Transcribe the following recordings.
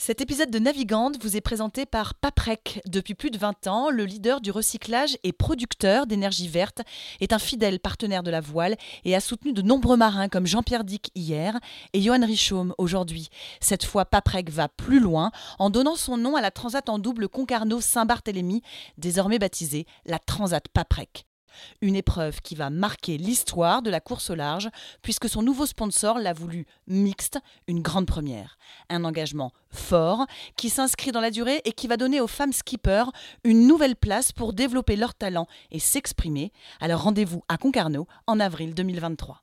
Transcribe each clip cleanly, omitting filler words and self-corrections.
Cet épisode de Navigante vous est présenté par Paprec. Depuis plus de 20 ans, le leader du recyclage et producteur d'énergie verte est un fidèle partenaire de la voile et a soutenu de nombreux marins comme Jean-Pierre Dick hier et Johan Richomme aujourd'hui. Cette fois, Paprec va plus loin en donnant son nom à la transat en double Concarneau-Saint-Barthélemy, désormais baptisée la Transat Paprec. Une épreuve qui va marquer l'histoire de la course au large puisque son nouveau sponsor l'a voulu mixte, une grande première. Un engagement fort qui s'inscrit dans la durée et qui va donner aux femmes skippers une nouvelle place pour développer leur talent et s'exprimer. Alors rendez-vous à Concarneau en avril 2023.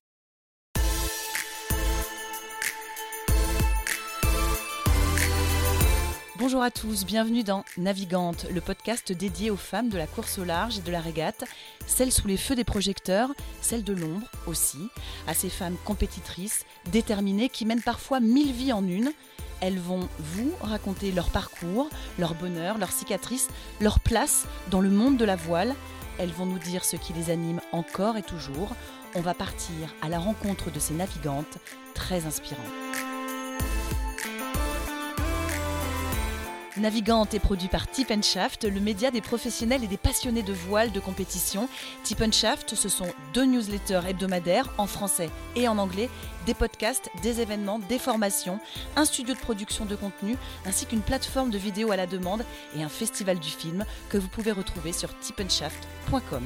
Bonjour à tous, bienvenue dans Navigante, le podcast dédié aux femmes de la course au large et de la régate, celles sous les feux des projecteurs, celles de l'ombre aussi, à ces femmes compétitrices, déterminées, qui mènent parfois 1000 vies en une. Elles vont vous raconter leur parcours, leur bonheur, leurs cicatrices, leur place dans le monde de la voile. Elles vont nous dire ce qui les anime encore et toujours. On va partir à la rencontre de ces navigantes très inspirantes. Navigante est produit par Tip & Shaft, le média des professionnels et des passionnés de voile de compétition. Tip & Shaft, ce sont 2 newsletters hebdomadaires en français et en anglais, des podcasts, des événements, des formations, un studio de production de contenu, ainsi qu'une plateforme de vidéos à la demande et un festival du film que vous pouvez retrouver sur tipandshaft.com.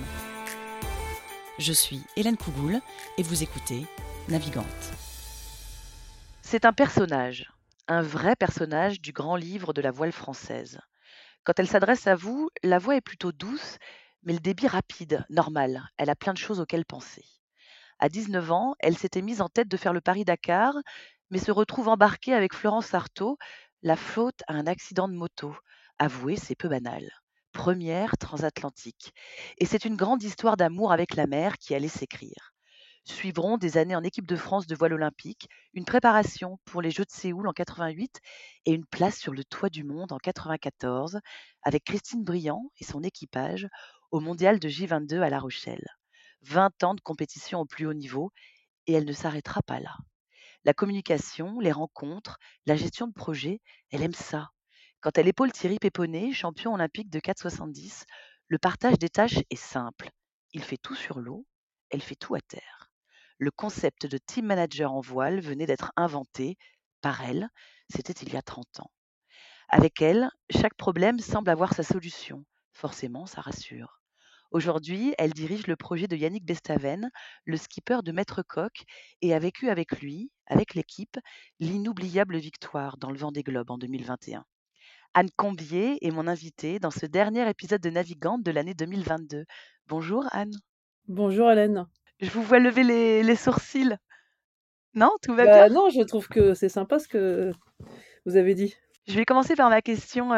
Je suis Hélène Cougoul et vous écoutez Navigante. C'est un personnage. Un vrai personnage du grand livre de la voile française. Quand elle s'adresse à vous, la voix est plutôt douce, mais le débit rapide, normal. Elle a plein de choses auxquelles penser. À 19 ans, elle s'était mise en tête de faire le Paris-Dakar, mais se retrouve embarquée avec Florence Artaud, la faute à un accident de moto. Avouez, c'est peu banal. Première transatlantique. Et c'est une grande histoire d'amour avec la mer qui allait s'écrire. Suivront des années en équipe de France de voile olympique, une préparation pour les Jeux de Séoul en 88 et une place sur le toit du monde en 94 avec Christine Briand et son équipage au mondial de J22 à La Rochelle. 20 ans de compétition au plus haut niveau et elle ne s'arrêtera pas là. La communication, les rencontres, la gestion de projet, elle aime ça. Quand elle épaule Thierry Péponnet, champion olympique de 4,70, le partage des tâches est simple. Il fait tout sur l'eau, elle fait tout à terre. Le concept de team manager en voile venait d'être inventé par elle, c'était il y a 30 ans. Avec elle, chaque problème semble avoir sa solution. Forcément, ça rassure. Aujourd'hui, elle dirige le projet de Yannick Bestaven, le skipper de Maître Coq, et a vécu avec lui, avec l'équipe, l'inoubliable victoire dans le Vendée Globe en 2021. Anne Combier est mon invitée dans ce dernier épisode de Navigante de l'année 2022. Bonjour Anne. Bonjour Hélène. Je vous vois lever les sourcils. Non, tout va bien? Non, je trouve que c'est sympa ce que vous avez dit. Je vais commencer par ma question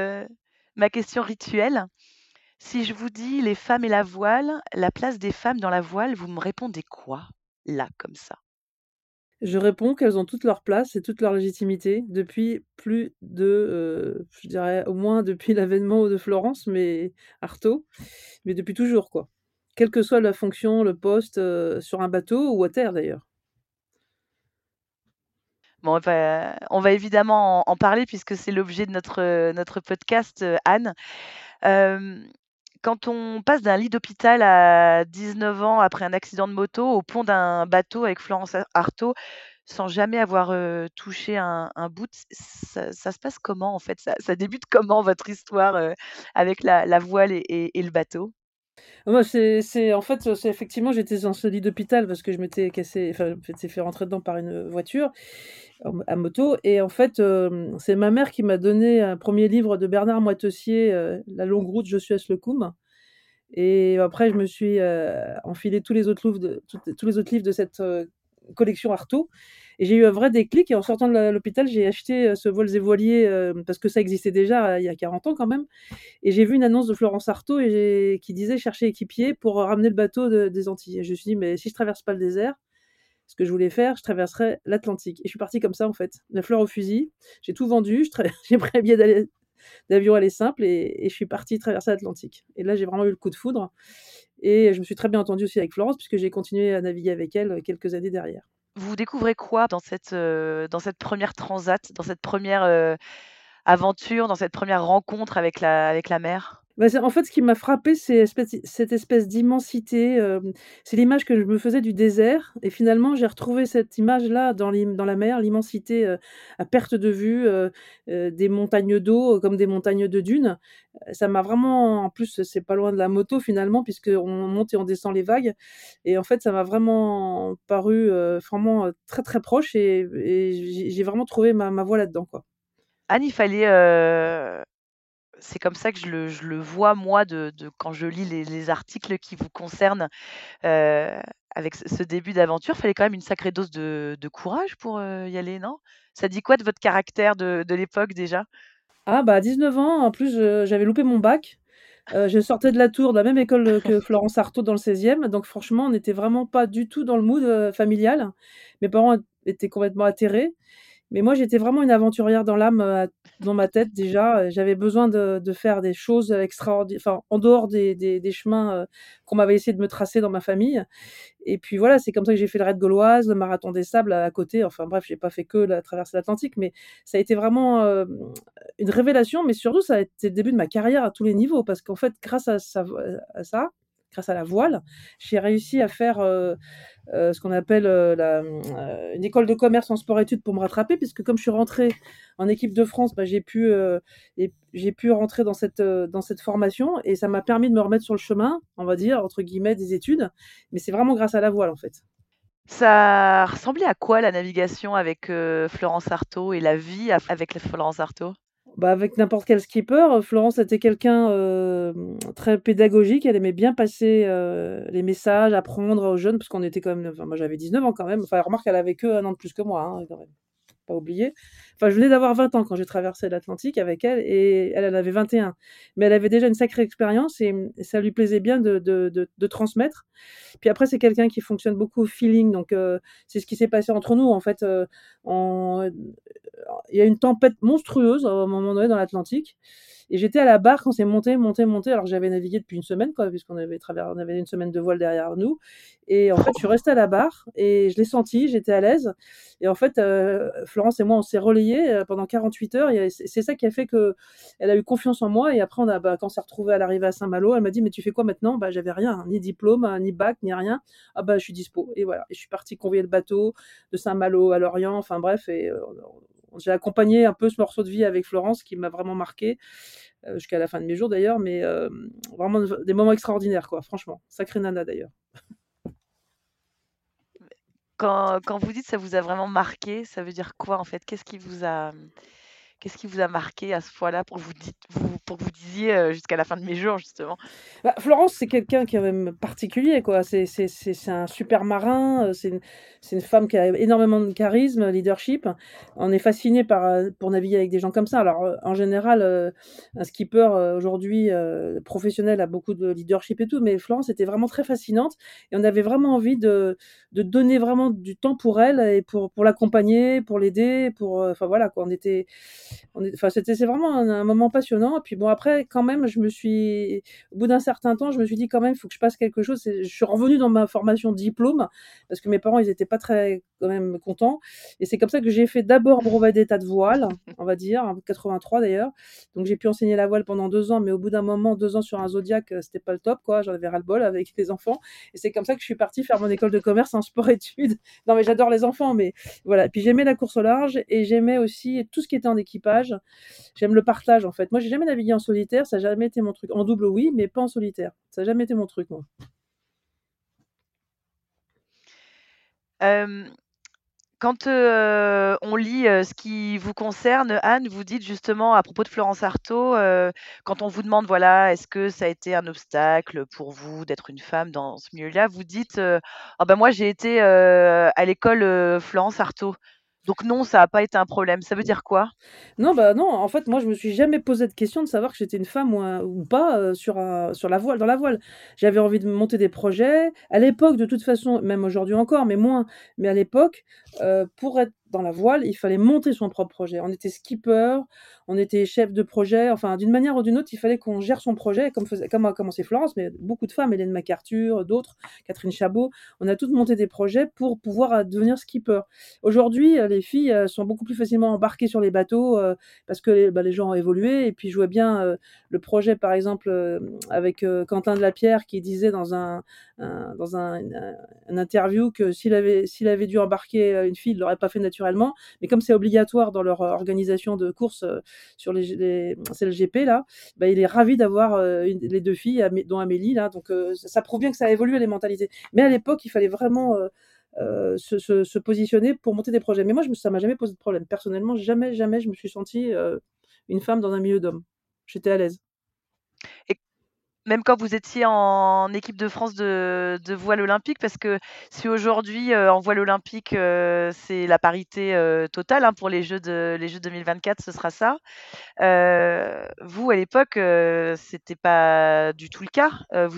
rituelle. Si je vous dis les femmes et la voile, la place des femmes dans la voile, vous me répondez quoi? Là, comme ça. Je réponds qu'elles ont toute leur place et toute leur légitimité depuis plus de, je dirais au moins depuis l'avènement de Florence, mais Artaud, mais depuis toujours quoi. Quelle que soit la fonction, le poste, sur un bateau ou à terre d'ailleurs. Bon, on va évidemment en parler puisque c'est l'objet de notre podcast, Anne. Quand on passe d'un lit d'hôpital à 19 ans après un accident de moto au pont d'un bateau avec Florence Artaud, sans jamais avoir, touché un bout, ça se passe comment en fait? Ça débute comment votre histoire, avec la voile et le bateau? Moi, c'est en fait, c'est effectivement, j'étais dans ce lit d'hôpital parce que je m'étais cassé, enfin, je m'étais fait rentrer dedans par une voiture à moto et en fait, c'est ma mère qui m'a donné un premier livre de Bernard Moitessier, La longue route Joshua's-Lecoum et après je me suis, enfilé tous les autres livres de cette, collection Artaud et j'ai eu un vrai déclic et en sortant de l'hôpital, j'ai acheté, ce Voiles et Voiliers, parce que ça existait déjà, il y a 40 ans quand même et j'ai vu une annonce de Florence Artaud qui disait chercher équipier pour ramener le bateau des Antilles. Et je me suis dit, mais si je traverse pas le désert, ce que je voulais faire, je traverserais l'Atlantique. Et je suis partie comme ça, en fait, la fleur au fusil. J'ai tout vendu, j'ai pris un billet d'avion aller simple et je suis partie traverser l'Atlantique. Et là, j'ai vraiment eu le coup de foudre. Et je me suis très bien entendue aussi avec Florence, puisque j'ai continué à naviguer avec elle quelques années derrière. Vous découvrez quoi dans cette première transat, dans cette première, aventure, dans cette première rencontre avec la mer? Bah, c'est en fait, ce qui m'a frappée, c'est cette espèce d'immensité, c'est l'image que je me faisais du désert et finalement, j'ai retrouvé cette image-là dans la mer, l'immensité, à perte de vue, des montagnes d'eau, comme des montagnes de dunes. Ça m'a vraiment en plus, c'est pas loin de la moto finalement puisqu'on monte et on descend les vagues et en fait, ça m'a vraiment paru, vraiment, très, très proche et j'ai vraiment trouvé ma voie là-dedans, quoi. Anne, il fallait, c'est comme ça que je le vois moi de quand je lis les articles qui vous concernent, heu, avec ce début d'aventure. Fallait quand même une sacrée dose de courage pour, y aller, non? Ça dit quoi de votre caractère de l'époque déjà? Ah bah, à 19 ans, en plus, j'avais loupé mon bac. Je sortais de la Tour, de la même école, que Florence Artaud dans le 16e, donc franchement, on n'était vraiment pas du tout dans le mood, familial. Mes parents étaient complètement atterrés. Mais moi, j'étais vraiment une aventurière dans l'âme, dans ma tête déjà, j'avais besoin de faire des choses enfin, en dehors des chemins, qu'on m'avait essayé de me tracer dans ma famille et puis voilà, c'est comme ça que j'ai fait le Raid Gauloise, le Marathon des Sables à côté, enfin bref, j'ai pas fait que la traversée de l'Atlantique, mais ça a été vraiment, une révélation, mais surtout ça a été le début de ma carrière à tous les niveaux parce qu'en fait, à ça, grâce à la voile, j'ai réussi à faire, ce qu'on appelle, une école de commerce en sport-études pour me rattraper puisque comme je suis rentrée en équipe de France, bah, j'ai pu rentrer dans cette formation et ça m'a permis de me remettre sur le chemin, on va dire, entre guillemets, «des études», mais c'est vraiment grâce à la voile, en fait. Ça ressemblait à quoi la navigation avec, Florence Artaud et la vie avec la Florence Artaud? Bah, avec n'importe quel skipper, Florence était quelqu'un, très pédagogique. Elle aimait bien passer, les messages, apprendre aux jeunes parce qu'on était quand même enfin moi j'avais 19 ans quand même, enfin remarque elle avait que 1 an de plus que moi, hein, quand même. Pas oublier. Enfin, je venais d'avoir 20 ans quand j'ai traversé l'Atlantique avec elle et elle, elle avait 21. Mais elle avait déjà une sacrée expérience et ça lui plaisait bien de transmettre. Puis après, c'est quelqu'un qui fonctionne beaucoup au feeling, donc c'est ce qui s'est passé entre nous, en fait, on il y a une tempête monstrueuse à un moment donné dans l'Atlantique et j'étais à la barre quand c'est monté, monté, monté alors que j'avais navigué depuis une semaine quoi, on avait une semaine de voile derrière nous et en fait, je suis restée à la barre et je l'ai senti, j'étais à l'aise et en fait, Florence et moi, on s'est relayés, pendant 48 heures et c'est ça qui a fait qu'elle a eu confiance en moi et après quand on s'est retrouvés à l'arrivée à Saint-Malo, elle m'a dit: «Mais tu fais quoi maintenant?» Bah, j'avais rien, hein, ni diplôme, ni bac, ni rien. «Ah bah, je suis dispo» et voilà et je suis partie convoyer le bateau de Saint-Malo à Lorient, enfin bref et j'ai accompagné un peu ce morceau de vie avec Florence qui m'a vraiment marquée, jusqu'à la fin de mes jours d'ailleurs, mais vraiment des moments extraordinaires quoi, franchement. Sacrée nana d'ailleurs. Quand vous dites ça vous a vraiment marqué, ça veut dire quoi en fait? Qu'est-ce qui vous a marqué à ce point-là pour que vous disiez, «Jusqu'à la fin de mes jours» justement? Bah, Florence, c'est quelqu'un qui est quand même particulier, quoi. C'est un super marin, c'est une femme qui a énormément de charisme, leadership. On est fasciné pour naviguer avec des gens comme ça. Alors, en général, un skipper, aujourd'hui, professionnel a beaucoup de leadership et tout, mais Florence était vraiment très fascinante et on avait vraiment envie de donner vraiment du temps pour elle et pour l'accompagner, pour l'aider, enfin voilà, quoi. Enfin, c'est vraiment un moment passionnant et puis bon après quand même au bout d'un certain temps, je me suis dit: «Quand même, il faut que je fasse quelque chose». Je suis revenue dans ma formation diplôme parce que mes parents, ils étaient pas très quand même contents et c'est comme ça que j'ai fait d'abord brevet d'état de voile, on va dire, en 83 d'ailleurs. Donc j'ai pu enseigner la voile pendant 2 ans, mais au bout d'un moment, 2 ans sur un Zodiac, c'était pas le top quoi, j'en avais ras-le-bol avec les enfants et c'est comme ça que je suis partie faire mon école de commerce en sport-études. Non mais j'adore les enfants, mais voilà. Puis j'aimais la course au large et j'aimais aussi tout ce qui était en équipage. J'aime le partage en fait. Moi, j'ai jamais navigué en solitaire, ça a jamais été mon truc. En double, oui, mais pas en solitaire. Ça a jamais été mon truc, moi. Hem, Quand, on lit, ce qui vous concerne, Anne, vous dites justement à propos de Florence Artaud, quand on vous demande, voilà, est-ce que ça a été un obstacle pour vous d'être une femme dans ce milieu-là? Vous dites, «Ah bah, moi j'ai été, à l'école, Florence Artaud, donc non, ça a pas été un problème». Ça veut dire quoi? Non, bah, non, en fait, moi, je me suis jamais posé de question de savoir que j'étais une femme ou pas, sur la voile dans la voile. J'avais envie de monter des projets. À l'époque, de toute façon, même aujourd'hui encore, mais moins, mais à l'époque, pour être dans la voile, il fallait monter son propre projet. On était skipper, on était chef de projet, enfin d'une manière ou d'une autre, il fallait qu'on gère son projet, comme a commencé Florence, mais beaucoup de femmes, Hélène MacArthur, d'autres, Catherine Chabot, on a toutes monté des projets pour pouvoir devenir skipper. Aujourd'hui, les filles sont beaucoup plus facilement embarquées sur les bateaux parce que les gens ont évolué. Et puis je vois bien le projet, par exemple, avec Quentin Delapierre qui disait dans un interview que s'il avait dû embarquer une fille, il ne l'aurait pas fait naturellement. Mais comme c'est obligatoire dans leur organisation de course sur les CLGP, là, bah, il est ravi d'avoir les 2 filles, dont Amélie. Là, donc ça prouve bien que ça a évolué les mentalités. Mais à l'époque, il fallait vraiment se positionner pour monter des projets. Mais moi, ça m'a jamais posé de problème. Personnellement, jamais, jamais je me suis sentie une femme dans un milieu d'hommes. J'étais à l'aise. Et même quand vous étiez en équipe de France de voile olympique, parce que si aujourd'hui, en voile olympique, c'est la parité, totale, hein, pour les Jeux 2024, ce sera ça. Vous, à l'époque, c'était pas du tout le cas?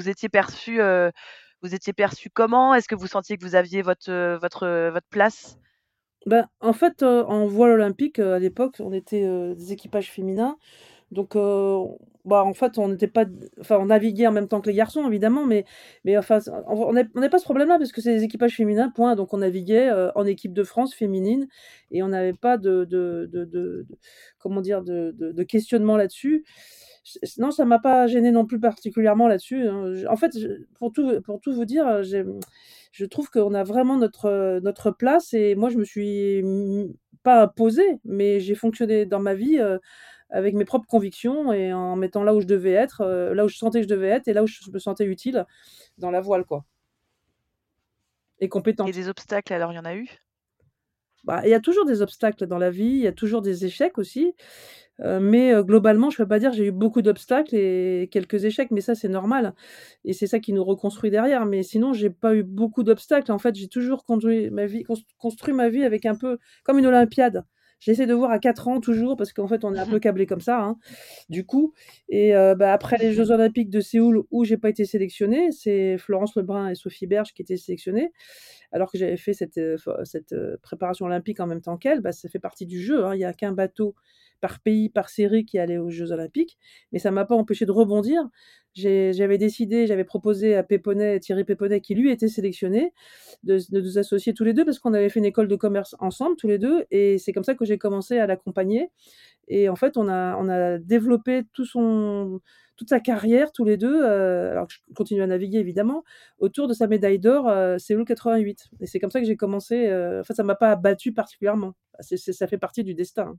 Vous étiez perçus comment? Est-ce que vous sentiez que vous aviez votre place? Ben, en fait, en voile olympique, à l'époque, on était des équipages féminins. Donc, bah, en fait, on n'était pas enfin, on naviguait en même temps que les garçons évidemment, mais enfin, on n'a pas ce problème-là parce que c'est des équipages féminins, point. Donc on naviguait, en équipe de France féminine et on n'avait pas de comment dire? De questionnement là-dessus. Non, ça m'a pas gênée non plus particulièrement là-dessus, hein. En fait, pour tout vous dire, je trouve qu'on a vraiment notre place et moi je me suis, pas imposée, mais j'ai fonctionné dans ma vie, avec mes propres convictions et en mettant là où je devais être, là où je sentais que je devais être et là où je me sentais utile dans la voile, quoi, et Et compétente. des obstacles, alors il y en a eu? Bah, il y a toujours des obstacles dans la vie, il y a toujours des échecs aussi, mais globalement, je peux pas dire que j'ai eu beaucoup d'obstacles et quelques échecs, mais ça, c'est normal et c'est ça qui nous reconstruit derrière, mais sinon, j'ai pas eu beaucoup d'obstacles. En fait, j'ai toujours construit ma vie avec un peu comme une olympiade. J'essaie de voir à 4 ans toujours parce qu'en fait, on est un peu câblé comme ça, hein, du coup et bah, après les jeux olympiques de Séoul où j'ai pas été sélectionnée, c'est Florence Lebrun et Sophie Berge qui étaient sélectionnées alors que j'avais fait cette préparation olympique en même temps qu'elle, bah, ça fait partie du jeu, hein. Il y a qu'un bateau par pays, par série qui allait aux Jeux olympiques, mais ça m'a pas empêché de rebondir. J'avais proposé à Thierry Péponnet, qui lui était sélectionné, de nous associer tous les 2 parce qu'on avait fait une école de commerce ensemble tous les 2 et c'est comme ça que j'ai commencé à l'accompagner et en fait, on a développé toute sa carrière tous les 2, alors que je continue à naviguer évidemment, autour de sa médaille d'or, Séoul 88 et c'est comme ça que j'ai commencé, en fait, ça m'a pas abattue particulièrement. Ça fait partie du destin.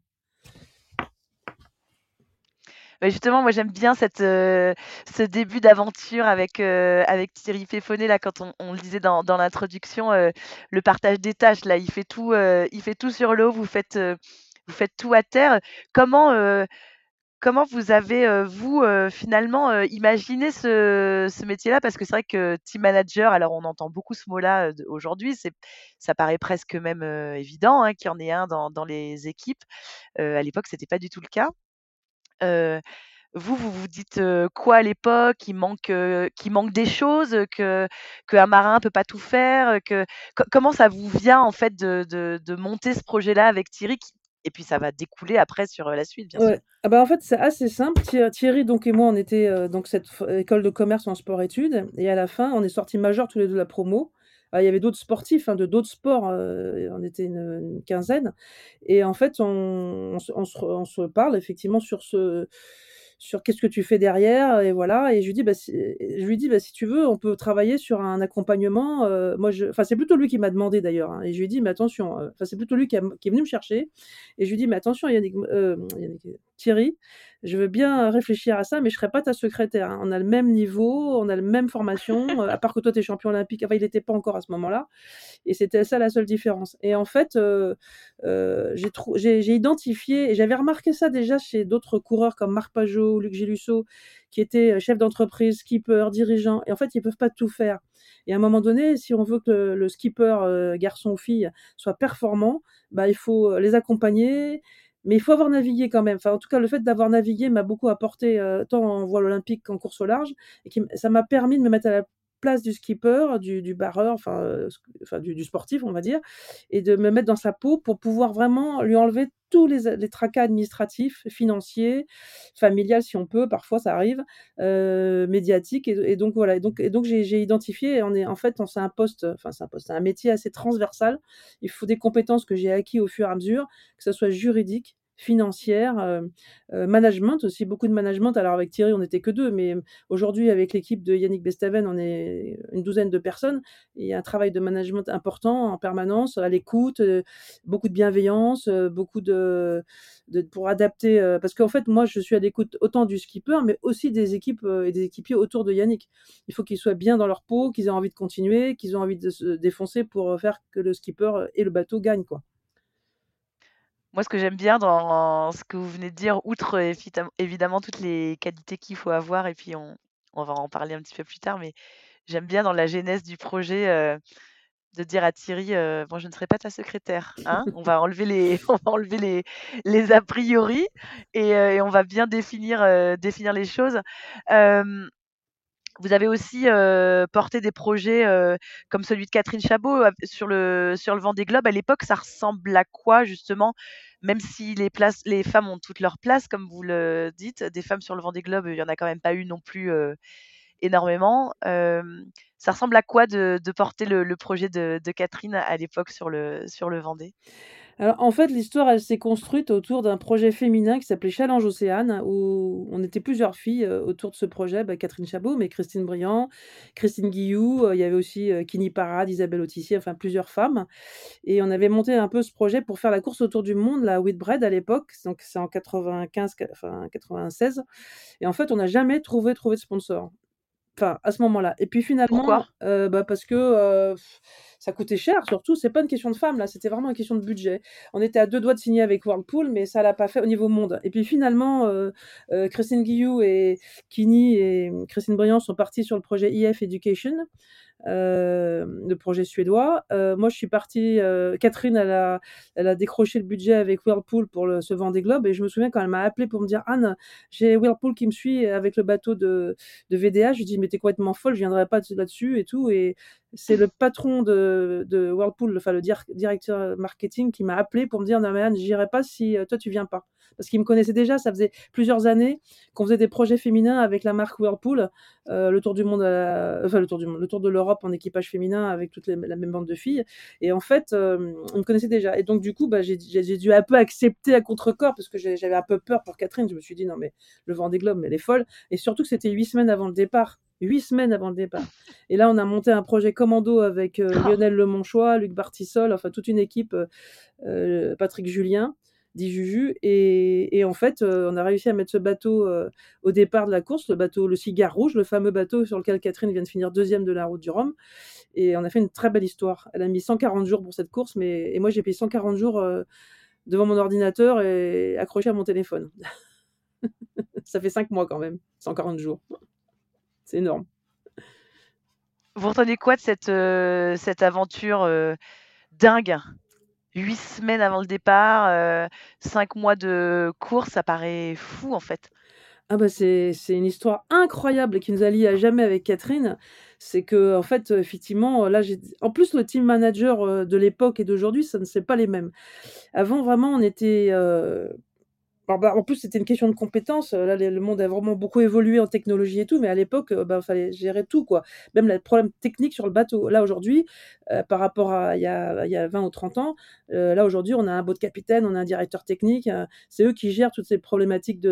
Bah, justement, moi, j'aime bien ce début d'aventure avec Thierry Péfonnet, là, quand on le disait dans l'introduction, le partage des tâches, là, il fait tout sur l'eau, vous faites tout à terre. Comment, heu, comment vous avez, vous, finalement, imaginé ce métier-là? Parce que c'est vrai que team manager, alors on entend beaucoup ce mot-là, aujourd'hui, ça paraît presque même, évident, hein, qu'il y en ait un dans les équipes. À l'époque, c'était pas du tout le cas. Heu, vous vous dites, quoi à l'époque? Qu'il manque des choses, qu'un marin peut pas tout faire, comment ça vous vient en fait de monter ce projet-là avec Thierry qui et puis ça va découler après sur, la suite bien sûr? Ouais. Ah bah, en fait, c'est assez simple. Thierry donc et moi, on était, donc cette école de commerce en sport-études et à la fin, on est sortis majors tous les 2 de la promo. Il y avait d'autres sportifs, hein, de d'autres sports, on était une quinzaine et en fait, on se parle effectivement sur qu'est-ce que tu fais derrière et voilà et je lui dis: «Bah, si tu veux, on peut travailler sur un accompagnement», moi je enfin, c'est plutôt lui qui m'a demandé d'ailleurs, hein et je lui ai dit: «Mais attention», enfin, c'est plutôt lui qui est venu me chercher et je lui dis: «Mais attention Thierry, je veux bien réfléchir à ça, mais je serai pas ta secrétaire, hein. On a le même niveau, on a la même formation, à part que toi tu es champion olympique». Enfin, il était pas encore à ce moment-là et c'était ça la seule différence et en fait, j'ai identifié et j'avais remarqué ça déjà chez d'autres coureurs comme Marc Pajot, Luc Gélusseau, qui étaient, chefs d'entreprise, skippers, dirigeants et en fait, ils peuvent pas tout faire et à un moment donné, si on veut que le skipper, garçon ou fille, soit performant, bah, il faut, les accompagner, mais il faut avoir navigué quand même. Enfin, en tout cas, le fait d'avoir navigué m'a beaucoup apporté, tant en voile olympique qu'en course au large et ça m'a permis de me mettre place du skipper, du barreur, du sportif, on va dire, et de me mettre dans sa peau pour pouvoir vraiment lui enlever tous les tracas administratifs, financiers, familial si on peut, parfois ça arrive, médiatiques, et donc voilà, et donc j'ai identifié, et c'est un poste, c'est un métier assez transversal. Il faut des compétences que j'ai acquis au fur et à mesure, que ça soit juridique, financière, management aussi, beaucoup de management. Alors avec Thierry, on n'était que 2, mais aujourd'hui avec l'équipe de Yannick Bestaven, on est une douzaine de personnes. Il y a un travail de management important en permanence, à l'écoute, beaucoup de bienveillance, beaucoup de pour adapter, parce qu'en fait, moi, je suis à l'écoute autant du skipper, mais aussi des équipes, et des équipiers autour de Yannick. Il faut qu'ils soient bien dans leur peau, qu'ils aient envie de continuer, qu'ils aient envie de se défoncer pour, faire que le skipper et le bateau gagnent, quoi. Moi, ce que j'aime bien dans ce que vous venez de dire, outre évidemment toutes les qualités qu'il faut avoir, et puis on va en parler un petit peu plus tard, mais j'aime bien dans la genèse du projet, de dire à Thierry, «Bon, je ne serai pas ta secrétaire, hein. On va enlever les on va enlever les a priori, et on va bien définir les choses». Hem Vous avez aussi, porté des projets, comme celui de Catherine Chabot, sur le Vendée Globe. À l'époque, ça ressemble à quoi justement? Même si les femmes ont toute leur place, comme vous le dites, des femmes sur le Vendée Globe, il y en a quand même pas eu non plus, énormément. Ça ressemble à quoi de porter le projet de Catherine à l'époque sur le Vendée? Alors, en fait, l'histoire, elle s'est construite autour d'un projet féminin qui s'appelait Challenge Océane, où on était plusieurs filles, autour de ce projet. Catherine Chabot, mais Christine Briand, Christine Guilloux, il y avait aussi, Kini Parade, Isabelle Autissier, enfin plusieurs femmes, et on avait monté un peu ce projet pour faire la course autour du monde, la Whitbread à l'époque, donc c'est en 95, 96, et en fait, on n'a jamais trouvé de sponsor. Enfin, à ce moment-là, et puis Pourquoi? finalement, parce que, ça coûtait cher surtout. C'est pas une question de femmes là, c'était vraiment une question de budget. On était à 2 doigts de signer avec Whirlpool, mais ça l'a pas fait au niveau monde, et puis finalement, Christine Guilloux et Kini et Christine Briand sont parties sur le projet EF Education, le projet suédois. Moi, je suis partie, Catherine, elle a décroché le budget avec Whirlpool pour ce Vendée Globe, et je me souviens quand elle m'a appelée pour me dire: «Anne, j'ai Whirlpool qui me suit avec le bateau de VDA». Je lui dis: «Mais tu es complètement folle, je viendrai pas là-dessus et tout», et c'est le patron de Whirlpool, enfin le directeur marketing, qui m'a appelé pour me dire: «Non mais Anne, j'irai pas si, toi tu viens pas». Parce qu'il me connaissait déjà, ça faisait plusieurs années qu'on faisait des projets féminins avec la marque Whirlpool, le tour du monde, le tour du monde, le tour de l'Europe en équipage féminin avec la même bande de filles, et en fait, on me connaissait déjà, et donc du coup, j'ai dû un peu accepter à contre-corps parce que j'avais un peu peur pour Catherine. Je me suis dit: «Non mais le Vendée Globe, mais elle est folle», et surtout que c'était 8 semaines avant le départ. 8 semaines avant le départ, et là, on a monté un projet commando avec, Lionel Lemonchois, Luc Bartissol, enfin toute une équipe, Patrick Julien, dit Juju, et en fait, on a réussi à mettre ce bateau, au départ de la course, le Cigare Rouge, le fameux bateau sur lequel Catherine vient de finir 2e de la Route du Rhum, et on a fait une très belle histoire. Elle a mis 140 jours pour cette course, et moi j'ai payé 140 jours, devant mon ordinateur et accroché à mon téléphone. Ça fait 5 mois quand même, 140 jours. C'est énorme. Vous retenez quoi de cette aventure, dingue? 8 semaines avant le départ, 5 mois de course, ça paraît fou, en fait. Ah c'est une histoire incroyable qui nous a liés à jamais avec Catherine. C'est qu'en fait, effectivement, là, en plus, le team manager, de l'époque et d'aujourd'hui, ça ne c'est pas les mêmes. Avant, vraiment, on était, en plus, c'était une question de compétences, là, le monde a vraiment beaucoup évolué en technologie et tout, mais à l'époque, fallait gérer tout, quoi. Même les problèmes techniques sur le bateau. Là, aujourd'hui, par rapport à il y a 20 ou 30 ans, là, aujourd'hui, on a un boat capitaine, on a un directeur technique, c'est eux qui gèrent toutes ces problématiques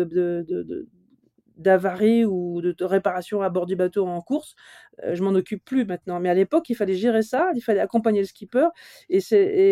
d'avarie ou de réparation à bord du bateau en course. Je m'en occupe plus maintenant, mais à l'époque, il fallait gérer ça, il fallait accompagner le skipper, et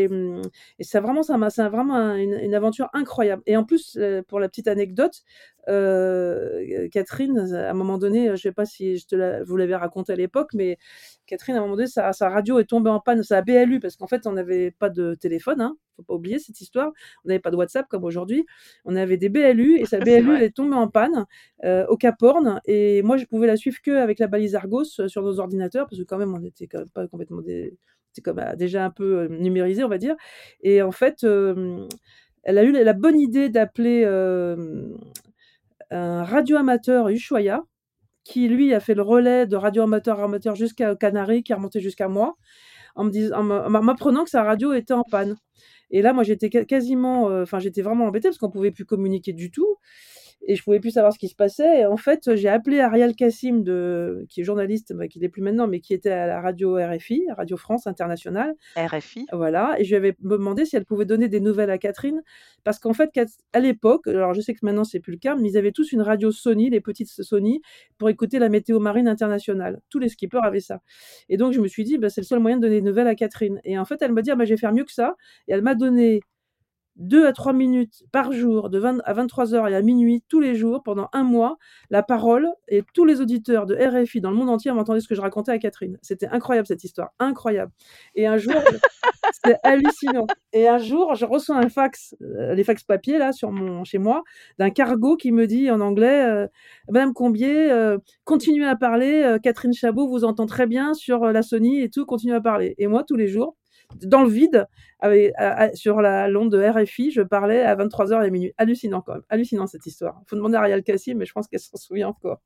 c'est vraiment une aventure incroyable, et en plus, pour la petite anecdote, Catherine, à un moment donné, je sais pas si vous l'avez raconté à l'époque, mais Catherine, à un moment donné, sa radio est tombée en panne, sa BLU, parce qu'en fait, on n'avait pas de téléphone, hein, faut pas oublier cette histoire. On n'avait pas de WhatsApp comme aujourd'hui. On avait des BLU, et sa C'est BLU, elle vrai. est tombée en panne, au Cap Horn, et moi je pouvais la suivre qu'avec la balise Argos, sur nos ordinateurs, parce que quand même on était quand même pas complètement c'était comme, déjà un peu, numérisé, on va dire, et en fait, elle a eu la bonne idée d'appeler, un radioamateur Ushuaïa, qui lui a fait le relais de radio amateur à amateur jusqu'à Canaries, qui est remonté jusqu'à moi, en m'apprenant que sa radio était en panne. Et là, moi, j'étais quasiment, enfin, j'étais vraiment embêtée parce qu'on pouvait plus communiquer du tout et je pouvais plus savoir ce qui se passait. Et en fait, j'ai appelé Ariel Kassim, qui est journaliste, bah, qui l'est plus maintenant, mais qui était à la radio RFI, Radio France Internationale. RFI. Voilà, et je lui avais demandé si elle pouvait donner des nouvelles à Catherine, parce qu'en fait, à l'époque, alors je sais que maintenant c'est plus le cas, mais ils avaient tous une radio Sony, les petites Sony, pour écouter la météo marine internationale. Tous les skippers avaient ça. Et donc je me suis dit, bah, c'est le seul moyen de donner des nouvelles à Catherine. Et en fait, elle m'a dit, ah, bah, je vais faire mieux que ça. Et elle m'a donné 2 à 3 minutes par jour, de 20 à 23h et à minuit, tous les jours, pendant un mois, la parole, et tous les auditeurs de RFI dans le monde entier m'entendaient ce que je racontais à Catherine. C'était incroyable cette histoire, incroyable. Et un jour, c'est hallucinant. Et un jour, je reçois un fax, les fax papier là chez moi, d'un cargo qui me dit en anglais, Madame Combier, continuez à parler, Catherine Chabot vous entend très bien sur la Sony et tout, continuez à parler. Et moi, tous les jours, dans le vide, sur l'onde de RFI, je parlais à 23h et minuit. Hallucinant quand même, hallucinant cette histoire. Il faut demander à Ariel Kassim, mais je pense qu'elle s'en souvient encore.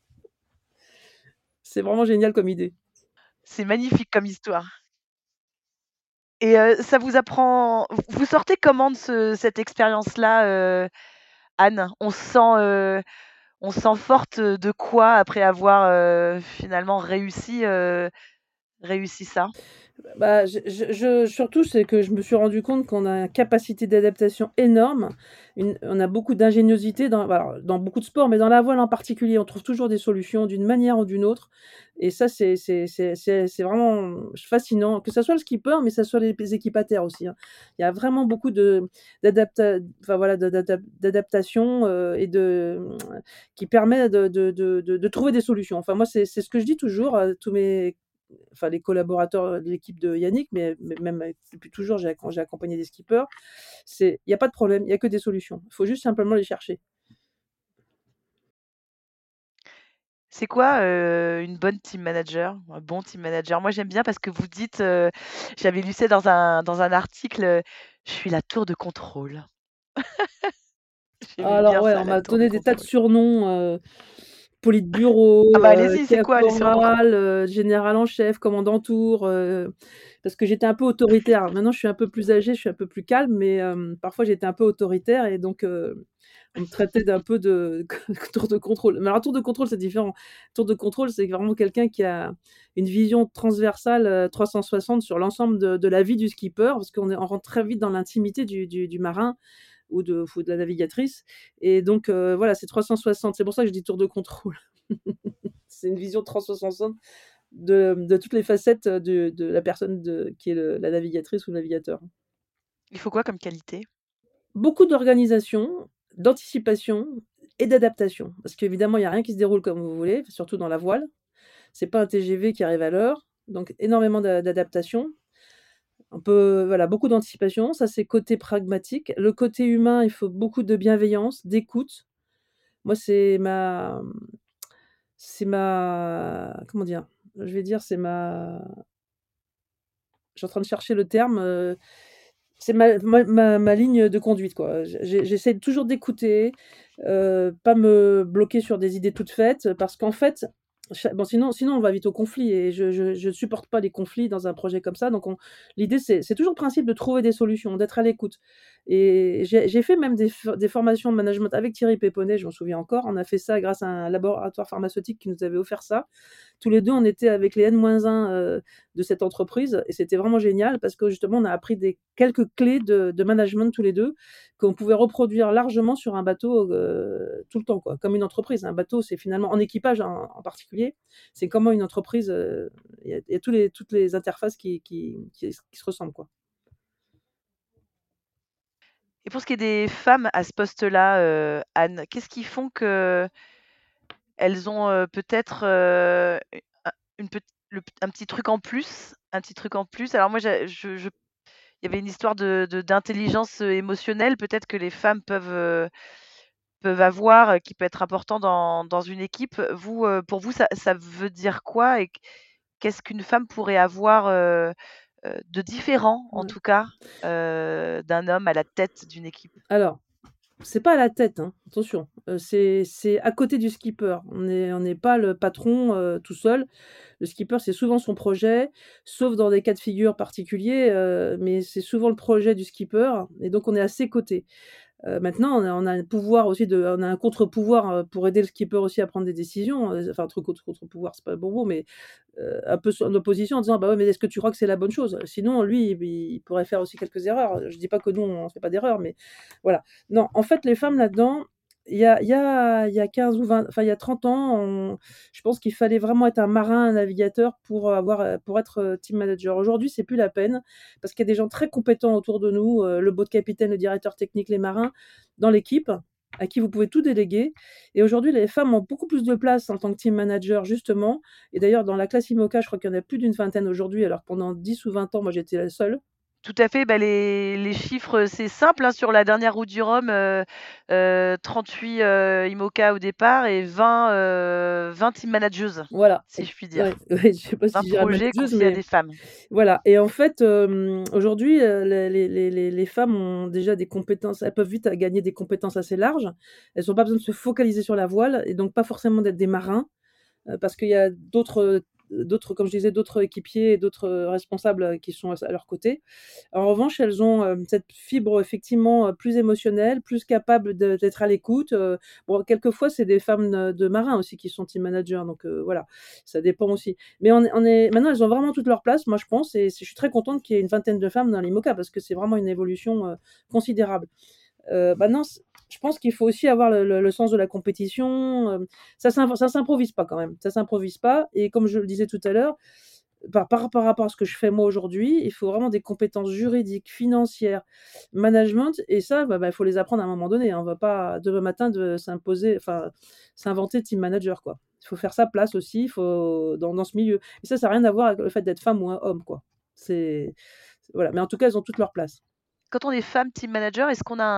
C'est vraiment génial comme idée. C'est magnifique comme histoire. Et ça vous apprend. Vous sortez comment de cette expérience-là, Anne? On se sent forte de quoi après avoir finalement réussi ça? Bah, surtout, c'est que je me suis rendu compte qu'on a une capacité d'adaptation énorme. On a beaucoup d'ingéniosité dans beaucoup de sports, mais dans la voile en particulier, on trouve toujours des solutions d'une manière ou d'une autre. Et ça, c'est vraiment fascinant, que ce soit le skipper, mais que ce soit les équipataires aussi, hein. Il y a vraiment beaucoup d'adaptation qui permet de trouver des solutions. Enfin, moi, c'est ce que je dis toujours à tous les collaborateurs de l'équipe de Yannick, mais même depuis toujours, j'ai accompagné des skippers. Il n'y a pas de problème, il n'y a que des solutions. Il faut juste simplement les chercher. C'est quoi une bonne team manager, un bon team manager? Moi, j'aime bien parce que vous dites, j'avais lu ça dans un article, je suis la tour de contrôle. J'aimais Alors bien ouais, ça, on la m'a tour de donné des tas de contrôle. surnoms, Politburo, Ah bah allez-y, c'est quoi les surnoms? caporal, général en chef, commandant tour, parce que j'étais un peu autoritaire. Maintenant, je suis un peu plus âgée, je suis un peu plus calme, mais parfois j'étais un peu autoritaire et donc on me traitait d'un peu de tour de contrôle. Mais alors tour de contrôle, c'est différent. Tour de contrôle, c'est vraiment quelqu'un qui a une vision transversale, 360 sur l'ensemble de la vie du skipper, parce on rentre très vite dans l'intimité du marin ou de la navigatrice. Et donc, voilà, c'est 360. C'est pour ça que je dis tour de contrôle. C'est une vision 360 de toutes les facettes de la personne qui est la navigatrice ou le navigateur. Il faut quoi comme qualité? Beaucoup d'organisation, d'anticipation et d'adaptation. Parce qu'évidemment, il n'y a rien qui se déroule comme vous voulez, surtout dans la voile. C'est pas un TGV qui arrive à l'heure. Donc, énormément d'adaptation. Voilà, beaucoup d'anticipation. Ça, c'est côté pragmatique. Le côté humain, il faut beaucoup de bienveillance, d'écoute. Moi, comment dire? Je vais dire, je suis en train de chercher le terme, c'est ma ligne de conduite, quoi. J'essaie toujours d'écouter, pas me bloquer sur des idées toutes faites, parce qu'en fait, bon, sinon on va vite au conflit et je supporte pas les conflits dans un projet comme ça. Donc l'idée, c'est toujours le principe de trouver des solutions, d'être à l'écoute. Et j'ai fait même des formations de management avec Thierry Péponnet, je m'en souviens encore. On a fait ça grâce à un laboratoire pharmaceutique qui nous avait offert ça. Tous les 2, on était avec les N-1 de cette entreprise et c'était vraiment génial parce que justement, on a appris quelques clés de management tous les 2 qu'on pouvait reproduire largement sur un bateau, tout le temps, quoi. Comme une entreprise. Un bateau, c'est finalement en équipage en particulier, c'est comment une entreprise, il y a toutes les interfaces qui se ressemblent, quoi. Et pour ce qui est des femmes à ce poste-là, Anne, qu'est-ce qui font qu'elles ont, peut-être, un une pet un petit truc en plus? Un petit truc en plus? Alors moi, il y avait une histoire d'intelligence, émotionnelle peut-être que les femmes peuvent avoir, qui peut être important dans une équipe. Vous, pour vous, ça veut dire quoi? Et qu'est-ce qu'une femme pourrait avoir, de différent, en Ouais. tout cas, d'un homme à la tête d'une équipe? Alors C'est pas à la tête, hein, attention, c'est à côté du skipper. On n'est pas le patron, tout seul. Le skipper, c'est souvent son projet, sauf dans des cas de figure particuliers, mais c'est souvent le projet du skipper et donc on est à ses côtés. Maintenant, on a un pouvoir aussi on a un contre-pouvoir, pour aider le skipper aussi à prendre des décisions, enfin, un truc contre-pouvoir, c'est pas le bon mot, mais un peu en opposition en disant: «Bah, ouais, mais est-ce que tu crois que c'est la bonne chose?» Sinon lui, il pourrait faire aussi quelques erreurs. Je dis pas que nous, on fait pas d'erreurs, mais voilà. Non, en fait, les femmes là-dedans, il y a 15 ou 20, enfin, il y a 30 ans, je pense qu'il fallait vraiment être un marin, un navigateur pour être, team manager. Aujourd'hui, c'est plus la peine parce qu'il y a des gens très compétents autour de nous, le boat capitaine, le directeur technique, les marins dans l'équipe, à qui vous pouvez tout déléguer et aujourd'hui, les femmes ont beaucoup plus de place en tant que team manager justement et d'ailleurs dans la classe IMOCA, je crois qu'il y en a plus d'une vingtaine aujourd'hui, alors que pendant 10 ou 20 ans, moi, j'étais la seule. Tout à fait, bah, les chiffres, c'est simple, hein, sur la dernière route du Rhum, 38, IMOCA au départ et 20 team manageuses, Voilà, si je puis ouais, dire. ouais, je sais pas 20 si je dirais projets manageuse, confiés à mais des femmes. voilà et en fait, aujourd'hui, les femmes ont déjà des compétences, elles peuvent vite à gagner des compétences assez larges. Elles ont pas besoin de se focaliser sur la voile et donc pas forcément d'être des marins. Parce qu'il y a d'autres, comme je disais, d'autres équipiers et d'autres, responsables, qui sont à leur côté. En revanche, elles ont, cette fibre effectivement, plus émotionnelle, plus capable d'être à l'écoute, bon, quelquefois, c'est des femmes, de marins aussi qui sont team managers, donc voilà, ça dépend aussi. Mais on est maintenant, elles ont vraiment toute leur place, moi, je pense et je suis très contente qu'il y ait une vingtaine de femmes dans l'IMOCA parce que c'est vraiment une évolution, considérable. Maintenant, je pense qu'il faut aussi avoir le sens de la compétition, ça s'improvise pas quand même, ça s'improvise pas et comme je le disais tout à l'heure, par rapport à ce que je fais moi aujourd'hui, il faut vraiment des compétences juridiques, financières, management et ça, il faut les apprendre à un moment donné, hein. On va pas demain matin de s'imposer enfin, s'inventer team manager, quoi. Il faut faire sa place aussi, il faut dans ce milieu et ça a rien à voir avec le fait d'être femme ou un homme, quoi. C'est voilà, mais en tout cas, elles ont toute leur place. Quand on est femme team manager, est-ce qu'on a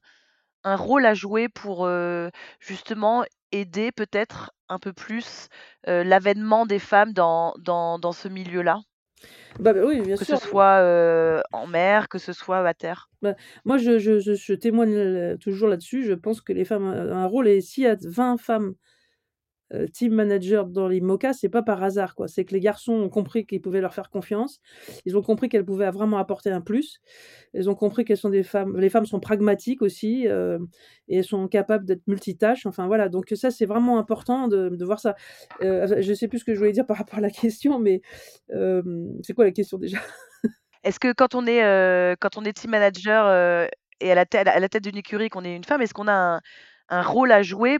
un rôle à jouer pour, justement aider peut-être un peu plus, l'avènement des femmes dans ce milieu-là? Bah, oui, bien Que ce sûr. soit, en mer, que ce soit à terre? Bah, moi, je témoigne, toujours là-dessus. Je pense que les femmes ont un rôle et s'il y a 20 femmes, team manager dans les MOCA, c'est pas par hasard, quoi. C'est que les garçons ont compris qu'ils pouvaient leur faire confiance. Ils ont compris qu'elles pouvaient vraiment apporter un plus. Elles ont compris qu'elles sont des femmes les femmes sont pragmatiques aussi, et elles sont capables d'être multitâches. Enfin, voilà, donc ça, c'est vraiment important de voir ça. Je sais plus ce que je voulais dire par rapport à la question, mais, c'est quoi la question déjà? Est-ce que quand on est team manager, et à la tête d'une écurie, qu'on est une femme, est-ce qu'on a un rôle à jouer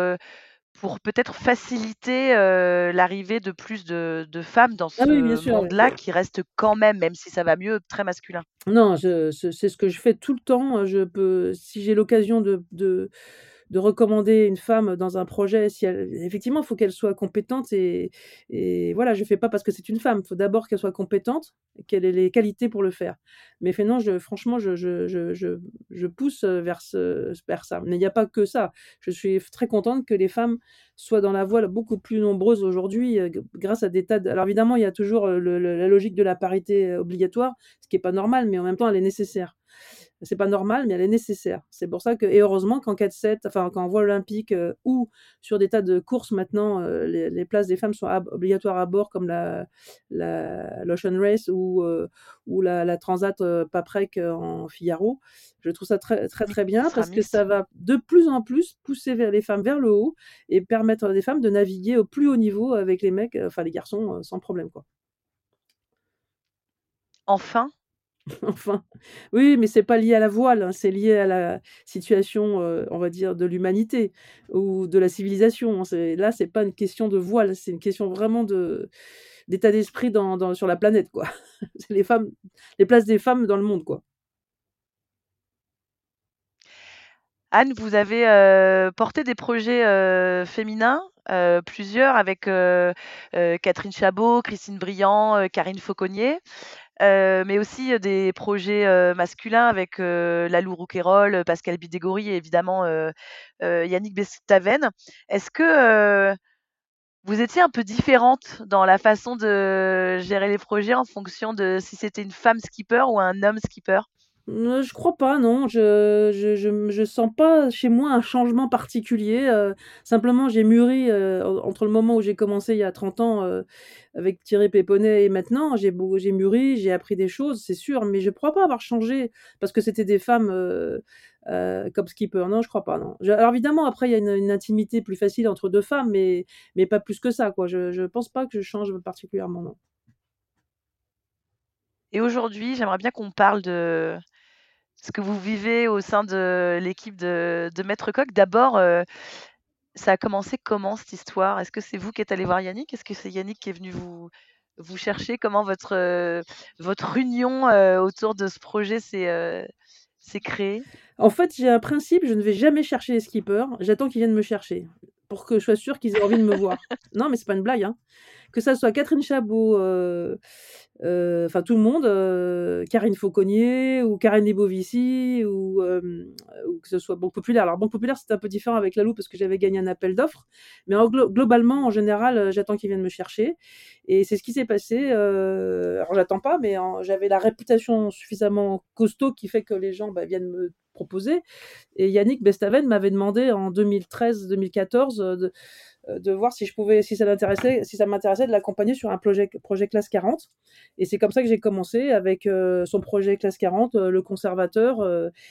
pour peut-être faciliter, l'arrivée de plus de femmes dans Ah oui, bien ce sûr, monde-là qui reste quand même si ça va mieux, très masculin? non, c'est ce que je fais tout le temps, je peux si j'ai l'occasion de recommander une femme dans un projet, si elle effectivement, il faut qu'elle soit compétente et voilà, je fais pas parce que c'est une femme. Il faut d'abord qu'elle soit compétente et qu'elle ait les qualités pour le faire. Mais non, franchement, je pousse, vers ça. Mais il y a pas que ça. Je suis très contente que les femmes soient dans la voile beaucoup plus nombreuses aujourd'hui, grâce à des tas de alors évidemment, il y a toujours, la logique de la parité, obligatoire, ce qui est pas normal, mais en même temps, elle est nécessaire. C'est pas normal, mais elle est nécessaire. C'est pour ça que et heureusement qu'en 4-7, enfin qu'en voile olympique, ou sur des tas de courses maintenant, les places des femmes sont obligatoires à bord comme l'Ocean Race ou la Transat, Paprec, en Figaro. Je trouve ça très, très, Oui, très qui bien sera parce que ça mixte. va de plus en plus pousser vers les femmes vers le haut et permettre à des femmes de naviguer au plus haut niveau avec les mecs, enfin les garçons, sans problème, quoi. Enfin, Enfin, oui, mais c'est pas lié à la voile, hein, c'est lié à la situation, on va dire de l'humanité ou de la civilisation. C'est pas une question de voile, c'est une question vraiment d'état d'esprit sur la planète, quoi. C'est les places des femmes dans le monde, quoi. Anne, vous avez, porté des projets, féminins, plusieurs avec, Catherine Chabot, Christine Briand, Karine Fauconnier, mais aussi, des projets, masculins avec, Lalou Rouquayrol, Pascal Bidégory et évidemment, Yannick Bestaven. Est-ce que, vous étiez un peu différentes dans la façon de gérer les projets en fonction de si c'était une femme skipper ou un homme skipper? Je crois pas, non. Je sens pas chez moi un changement particulier, simplement j'ai mûri, entre le moment où j'ai commencé il y a 30 ans, avec Thierry Péponnet et maintenant, j'ai mûri, j'ai appris des choses, c'est sûr, mais je crois pas avoir changé parce que c'était des femmes, comme skipper. Non, je crois pas, non. Alors évidemment, après il y a une intimité plus facile entre 2 femmes, mais pas plus que ça, quoi. Je pense pas que je change particulièrement, non. Et aujourd'hui, j'aimerais bien qu'on parle de ce que vous vivez au sein de l'équipe de Maître Coq. D'abord, ça a commencé comment cette histoire? Est-ce que c'est vous qui êtes allé voir Yannick? Est-ce que c'est Yannick qui est venu vous chercher? Comment votre union, autour de ce projet s'est créée? En fait, j'ai un principe, je ne vais jamais chercher les skippers, j'attends qu'ils viennent me chercher, pour que je sois sûre qu'ils aient envie de me voir. Non, mais c'est pas une blague, hein. Que ça soit Catherine Chabot, enfin tout le monde, Karine Fauconnier ou Karen Libovici ou que ce soit Banque Populaire. Alors Banque Populaire, c'était un peu différent avec Lalou parce que j'avais gagné un appel d'offres, mais globalement, en général, j'attends qu'ils viennent me chercher et c'est ce qui s'est passé, alors j'attends pas, mais j'avais la réputation suffisamment costaud qui fait que les gens, bah, viennent me proposer et Yannick Bestaven m'avait demandé en 2013-2014, de voir si ça m'intéressait de l'accompagner sur un projet Classe 40. Et c'est comme ça que j'ai commencé avec son projet Classe 40, le conservateur.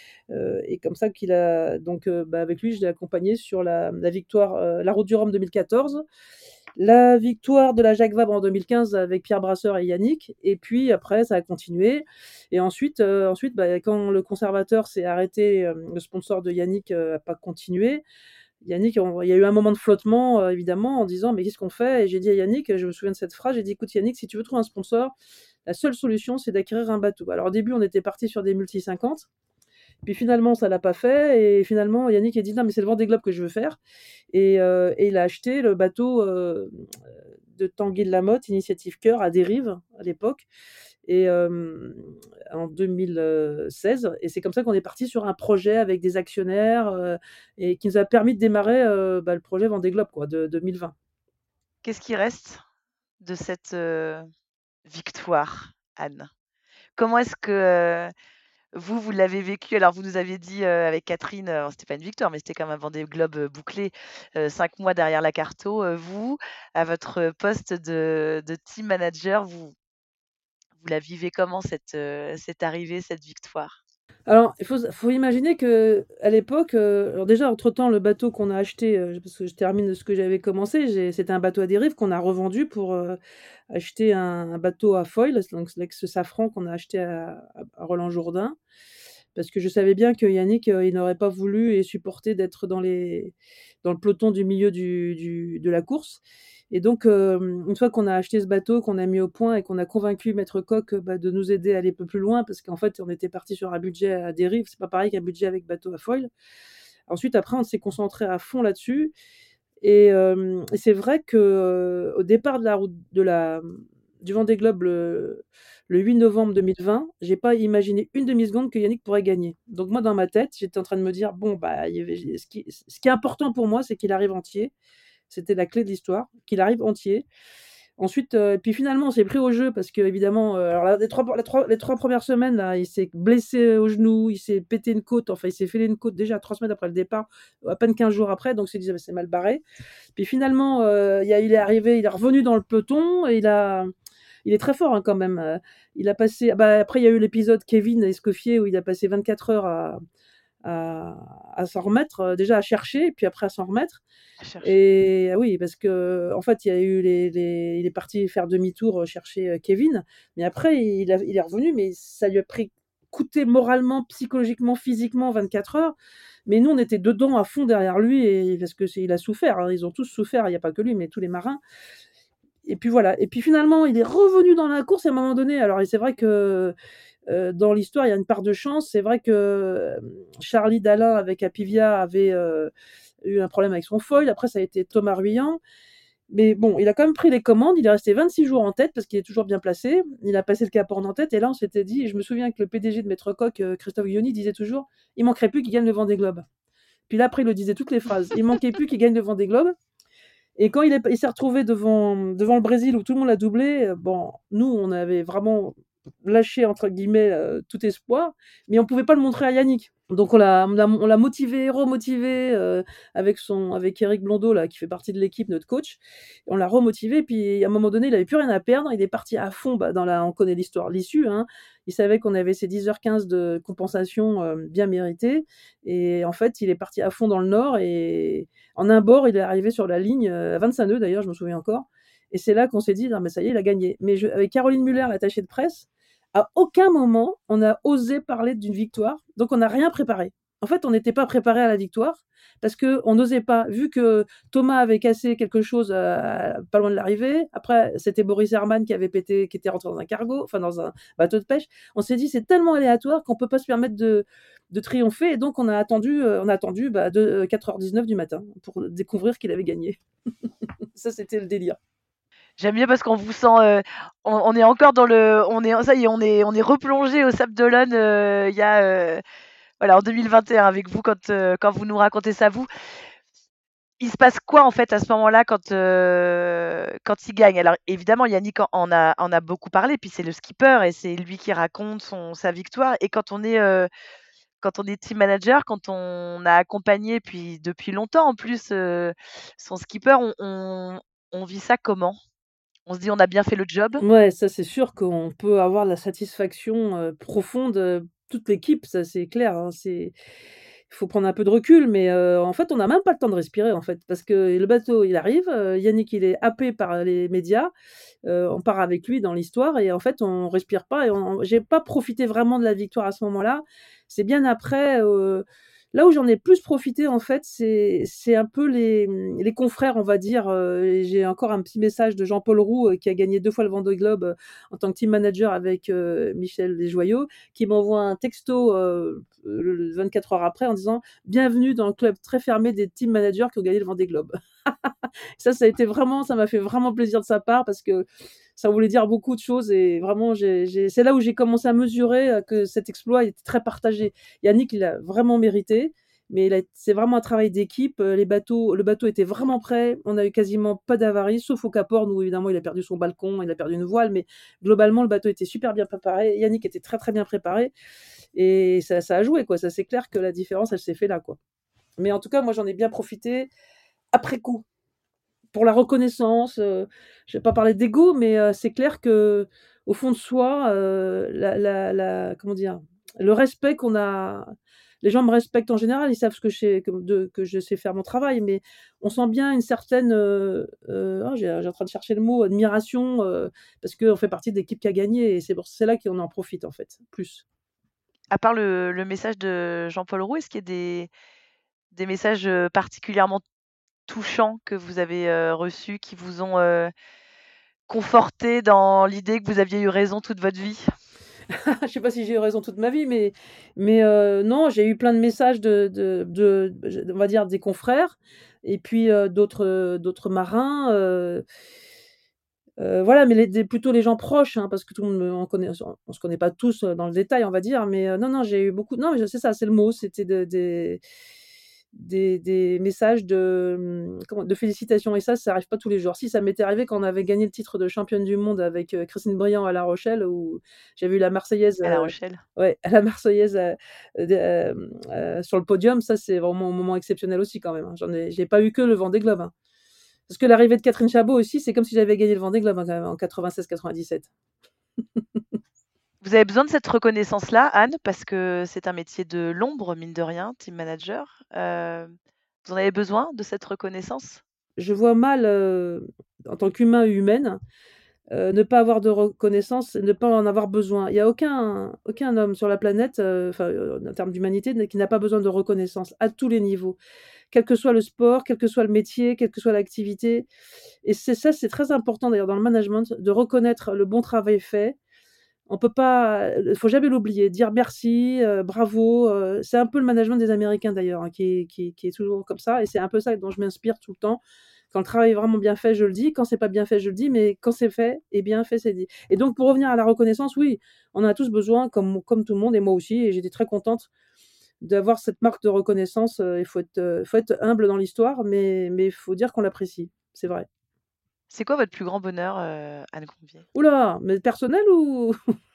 Et comme ça qu'il a. Donc, bah, avec lui, je l'ai accompagné sur la victoire, la Route du Rhum 2014, la victoire de la Jacques Vabre en 2015 avec Pierre Brasseur et Yannick. Et puis après, ça a continué. Et ensuite bah, quand le conservateur s'est arrêté, le sponsor de Yannick n'a pas continué. Yannick, il y a eu un moment de flottement, évidemment, en disant mais qu'est-ce qu'on fait? Et j'ai dit à Yannick, je me souviens de cette phrase, j'ai dit écoute Yannick, si tu veux trouver un sponsor, la seule solution c'est d'acquérir un bateau. Alors au début on était parti sur des multi 50, puis finalement ça l'a pas fait, et finalement Yannick a dit non mais c'est le Vendée Globe que je veux faire, et il a acheté le bateau de Tanguy de Lamotte, Initiative Cœur à Dérive à l'époque, et en 2016. Et c'est comme ça qu'on est parti sur un projet avec des actionnaires et qui nous a permis de démarrer bah, le projet Vendée Globe quoi, de 2020. Qu'est-ce qui reste de cette, victoire, Anne? Comment est-ce que, vous l'avez vécu? Alors vous nous avez dit, avec Catherine, c'était pas une victoire, mais c'était quand même un Vendée Globe, bouclé, 5 mois derrière la Carto. Vous, à votre poste de team manager, vous la vivez comment cette arrivée, cette victoire? Alors, faut imaginer qu'à l'époque, alors déjà, entre-temps, le bateau qu'on a acheté, parce que je termine ce que j'avais commencé, c'était un bateau à dérive qu'on a revendu pour acheter un bateau à foil, donc l'ex Safran qu'on a acheté à Roland-Jourdain. Parce que je savais bien que Yannick, il n'aurait pas voulu et supporté d'être dans le peloton du milieu de la course. Et donc, une fois qu'on a acheté ce bateau, qu'on a mis au point et qu'on a convaincu Maître Coq, bah, de nous aider à aller un peu plus loin, parce qu'en fait, on était parti sur un budget à dérive, c'est pas pareil qu'un budget avec bateau à foil. Ensuite, après, on s'est concentré à fond là-dessus. Et c'est vrai que au départ de la route du Vendée Globe le 8 novembre 2020, j'ai pas imaginé une demi-seconde que Yannick pourrait gagner. Donc moi, dans ma tête, j'étais en train de me dire: «Bon, bah, ce qui est important pour moi, c'est qu'il arrive entier». C'était la clé de l'histoire, qu'il arrive entier. Ensuite, puis finalement, on s'est pris au jeu parce qu'évidemment, alors là, les trois premières semaines, là, il s'est blessé au genou, il s'est pété une côte, enfin, il s'est fêlé une côte déjà 3 semaines après le départ, à peine 15 jours après, donc il s'est dit: «Ah bah, c'est mal barré». Puis finalement, il est arrivé, il est revenu dans le peloton et il est très fort, hein, quand même. Il a passé, ah bah, après, il y a eu l'épisode Kevin Escoffier où il a passé 24 heures à s'en remettre, déjà à chercher, et puis après à s'en remettre. À chercher. Et ah oui, parce que en fait, il y a eu il est parti faire demi-tour, chercher, Kevin, mais après il est revenu, mais ça lui a coûté moralement, psychologiquement, physiquement 24 heures. Mais nous, on était dedans à fond derrière lui, et parce que il a souffert, hein, ils ont tous souffert, il y a pas que lui, mais tous les marins. Et puis voilà, et puis finalement, il est revenu dans la course à un moment donné. Alors, et c'est vrai que dans l'histoire, il y a une part de chance. C'est vrai que Charlie Dalin avec Apivia avait eu un problème avec son foil. Après, ça a été Thomas Ruyant. Mais bon, il a quand même pris les commandes. Il est resté 26 jours en tête parce qu'il est toujours bien placé. Il a passé le Cap Horn en tête. Et là, on s'était dit, et je me souviens que le PDG de Maître Coq, Christophe Guilloni, disait toujours: il manquerait plus qu'il gagne le Vendée Globe. Puis là, après, il le disait toutes les phrases: il manquait plus qu'il gagne le Vendée Globe. Et quand il s'est retrouvé devant le Brésil où tout le monde l'a doublé, bon, nous, on avait vraiment lâché entre guillemets tout espoir, mais on pouvait pas le montrer à Yannick. Donc on l'a motivé, remotivé avec Eric Blondeau là, qui fait partie de l'équipe, notre coach. On l'a remotivé, puis à un moment donné, il avait plus rien à perdre. Il est parti à fond. On connaît l'histoire, l'issue. Hein. Il savait qu'on avait ces 10h15 de compensation bien méritée, et en fait, il est parti à fond dans le Nord. Et en un bord, il est arrivé sur la ligne à 25 nœuds d'ailleurs, je me souviens encore. Et c'est là qu'on s'est dit, non, mais ça y est, il a gagné. Mais avec Caroline Muller, l'attachée de presse, à aucun moment, on a osé parler d'une victoire, donc on n'a rien préparé. En fait, on n'était pas préparé à la victoire parce qu'on n'osait pas, vu que Thomas avait cassé quelque chose pas loin de l'arrivée. Après, c'était Boris Herrmann qui avait pété, qui était rentré dans un cargo, enfin dans un bateau de pêche. On s'est dit, c'est tellement aléatoire qu'on peut pas se permettre de triompher, et donc on a attendu 4h19 du matin pour découvrir qu'il avait gagné. Ça, c'était le délire. J'aime bien parce qu'on vous sent, on est encore dans le, ça y est, on est replongé au Sable d'Olonne, il y a, voilà, en 2021 avec vous quand vous nous racontez ça, vous. Il se passe quoi en fait à ce moment-là quand il gagne? Alors évidemment, Yannick en a beaucoup parlé, puis c'est le skipper et c'est lui qui raconte sa victoire. Et quand on est team manager, quand on a accompagné puis depuis longtemps en plus son skipper, on vit ça comment? On se dit: «On a bien fait le job»? Ouais, ça c'est sûr qu'on peut avoir la satisfaction profonde, toute l'équipe, ça c'est clair, hein. Il faut prendre un peu de recul, mais en fait, on n'a même pas le temps de respirer, en fait, parce que le bateau, il arrive, Yannick, il est happé par les médias, on part avec lui dans l'histoire, et en fait, on respire pas, et j'ai pas profité vraiment de la victoire à ce moment-là. C'est bien après, là où j'en ai plus profité, en fait, c'est un peu les confrères, on va dire. Et j'ai encore un petit message de Jean-Paul Roux, qui a gagné 2 fois le Vendée Globe, en tant que team manager avec Michel Desjoyaux, qui m'envoie un texto 24 heures après en disant: «Bienvenue dans le club très fermé des team managers qui ont gagné le Vendée Globe». Ça m'a fait vraiment plaisir de sa part, parce que ça voulait dire beaucoup de choses, et vraiment, c'est là où j'ai commencé à mesurer que cet exploit était très partagé. Yannick, il a vraiment mérité, mais c'est vraiment un travail d'équipe. Le bateau était vraiment prêt. On a eu quasiment pas d'avaries, sauf au Cap Horn où évidemment il a perdu son balcon, il a perdu une voile, mais globalement le bateau était super bien préparé. Yannick était très très bien préparé, et ça a joué quoi. Ça, c'est clair que la différence, elle s'est fait là quoi. Mais en tout cas, moi j'en ai bien profité après coup, pour la reconnaissance. Je vais pas parler d'ego, mais c'est clair que au fond de soi, comment dire? Le respect qu'on a, les gens me respectent en général, ils savent ce que je sais faire mon travail, mais on sent bien une certaine, j'ai en train de chercher le mot, admiration, parce qu'on fait partie de l'équipe qui a gagné, et c'est là qu'on en profite en fait, plus. À part le message de Jean-Paul Roux, est-ce qu'il y a des messages particulièrement touchants que vous avez reçus, qui vous ont conforté dans l'idée que vous aviez eu raison toute votre vie? Je sais pas si j'ai eu raison toute ma vie, mais non, j'ai eu plein de messages on va dire des confrères, et puis d'autres marins, voilà, mais plutôt les gens proches, hein, parce que tout le monde on se connaît pas tous dans le détail, on va dire, mais non, non, j'ai eu beaucoup, non, c'est ça, c'est le mot, c'était des messages de félicitations, et ça arrive pas tous les jours. Si, ça m'était arrivé quand on avait gagné le titre de championne du monde avec Christine Briand à La Rochelle, où j'avais eu la Marseillaise, À La Rochelle? ouais, la Marseillaise, sur le podium. Ça, c'est vraiment un moment exceptionnel aussi quand même, hein. J'ai pas eu que le Vendée Globe, hein. Parce que l'arrivée de Catherine Chabot aussi, c'est comme si j'avais gagné le Vendée Globe, hein, quand même, en 96-97. Vous avez besoin de cette reconnaissance-là, Anne, parce que c'est un métier de l'ombre, mine de rien, team manager. Vous en avez besoin de cette reconnaissance? Je vois mal, en tant qu'humain et humaine, ne pas avoir de reconnaissance, ne pas en avoir besoin. Il y a aucun homme sur la planète, en termes d'humanité, qui n'a pas besoin de reconnaissance à tous les niveaux. Quel que soit le sport, quel que soit le métier, quelle que soit l'activité, et c'est très important d'ailleurs dans le management, de reconnaître le bon travail fait. On peut pas, faut jamais l'oublier, dire merci, bravo, c'est un peu le management des Américains d'ailleurs, hein, qui est toujours comme ça, et c'est un peu ça dont je m'inspire tout le temps. Quand le travail est vraiment bien fait, je le dis, quand c'est pas bien fait, je le dis, mais quand c'est fait et bien fait, c'est dit. Et donc pour revenir à la reconnaissance, oui, on en a tous besoin, comme tout le monde, et moi aussi, et j'étais très contente d'avoir cette marque de reconnaissance. Il faut être humble dans l'histoire, mais il faut dire qu'on l'apprécie, c'est vrai. C'est quoi votre plus grand bonheur, Anne Combier? Ouh là! Mais personnel ou?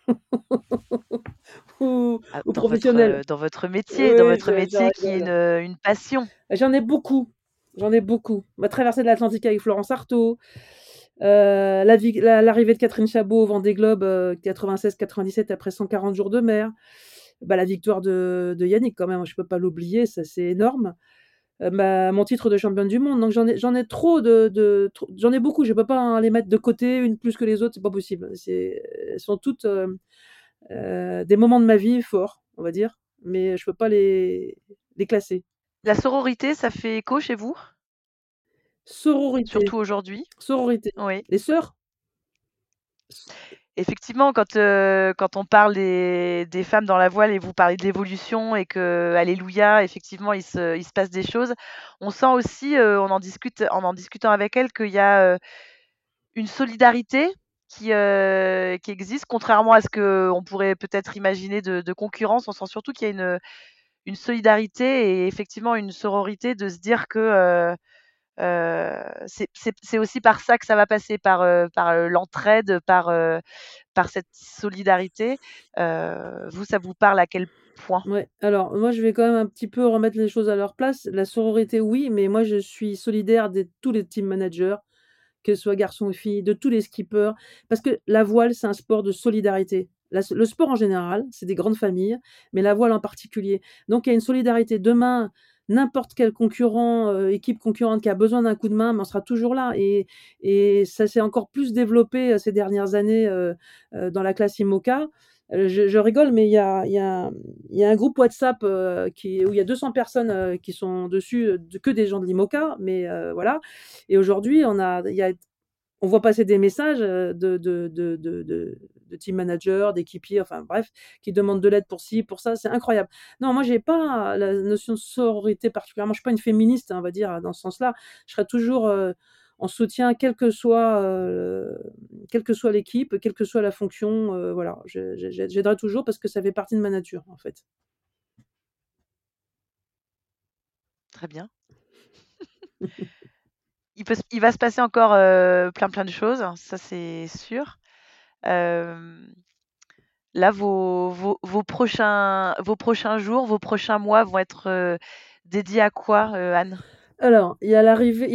ou Ah, ou professionnelle. dans Oui, votre je métier qui est rigole. une passion. J'en ai beaucoup, j'en ai beaucoup. Ma traversée de l'Atlantique avec Florence Artaud, l'arrivée de Catherine Chabot au Vendée Globe, 96-97 après 140 jours de mer. Bah, la victoire de Yannick quand même, je peux pas l'oublier, ça c'est énorme. Mon titre de championne du monde, donc j'en ai trop trop j'en ai beaucoup, je peux pas, hein, les mettre de côté, une plus que les autres, c'est pas possible. Elles sont toutes, des moments de ma vie forts, on va dire, mais je peux pas les classer. La sororité, ça fait écho chez vous? Sororité, Surtout aujourd'hui? sororité. Oui. Les sœurs? Effectivement, quand on parle des femmes dans la voile et vous parlez de l'évolution et que, alléluia, effectivement, il se passe des choses, on sent aussi, en discutant avec elles qu'il y a, une solidarité qui existe, contrairement à ce qu'on pourrait peut-être imaginer de concurrence. On sent surtout qu'il y a une solidarité et effectivement une sororité de se dire que, c'est aussi par ça que ça va passer, par l'entraide, par cette solidarité. Vous, ça vous parle à quel point? Ouais, alors moi, je vais quand même un petit peu remettre les choses à leur place. La sororité, oui, mais moi, je suis solidaire de tous les team managers, que ce soit garçons ou filles, de tous les skippers, parce que la voile, c'est un sport de solidarité. Le sport en général, c'est des grandes familles, mais la voile en particulier. Donc il y a une solidarité. Demain, n'importe quel concurrent, équipe concurrente qui a besoin d'un coup de main, ben, on sera toujours là et ça s'est encore plus développé, ces dernières années, dans la classe IMOCA. Je rigole, mais il y a un groupe WhatsApp, où il y a 200 personnes, qui sont dessus, que des gens de l'IMOCA, mais voilà. Et aujourd'hui, on voit passer des messages, de team managers, d'équipiers, enfin bref, qui demandent de l'aide pour ci, pour ça, c'est incroyable. Non, moi j'ai pas la notion de sororité particulièrement, je suis pas une féministe, hein, on va dire, dans ce sens-là. Je serai toujours, en soutien quelle que soit l'équipe, quelle que soit la fonction, voilà. J'aiderai toujours parce que ça fait partie de ma nature, en fait. Très bien. Il va se passer encore, plein de choses, hein, ça c'est sûr. Hem, Là, vos prochains jours, vos prochains mois vont être, dédiés à quoi, Anne? Alors, il y a l'arrivée